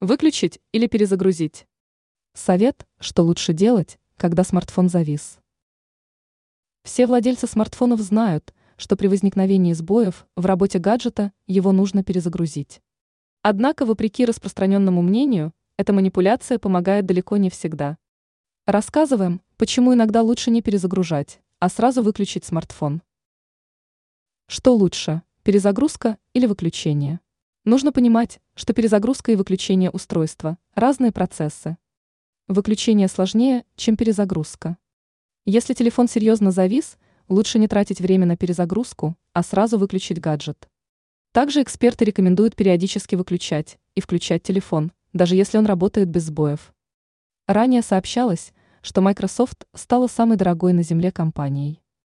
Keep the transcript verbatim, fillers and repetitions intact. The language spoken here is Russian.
Выключить или перезагрузить? Совет, что лучше делать, когда смартфон завис. Все владельцы смартфонов знают, что при возникновении сбоев в работе гаджета его нужно перезагрузить. Однако, вопреки распространенному мнению, эта манипуляция помогает далеко не всегда. Рассказываем, почему иногда лучше не перезагружать, а сразу выключить смартфон. Что лучше, перезагрузка или выключение? Нужно понимать, что перезагрузка и выключение устройства – разные процессы. Выключение сложнее, чем перезагрузка. Если телефон серьезно завис, лучше не тратить время на перезагрузку, а сразу выключить гаджет. Также эксперты рекомендуют периодически выключать и включать телефон, даже если он работает без сбоев. Ранее сообщалось, что Microsoft стала самой дорогой на Земле компанией.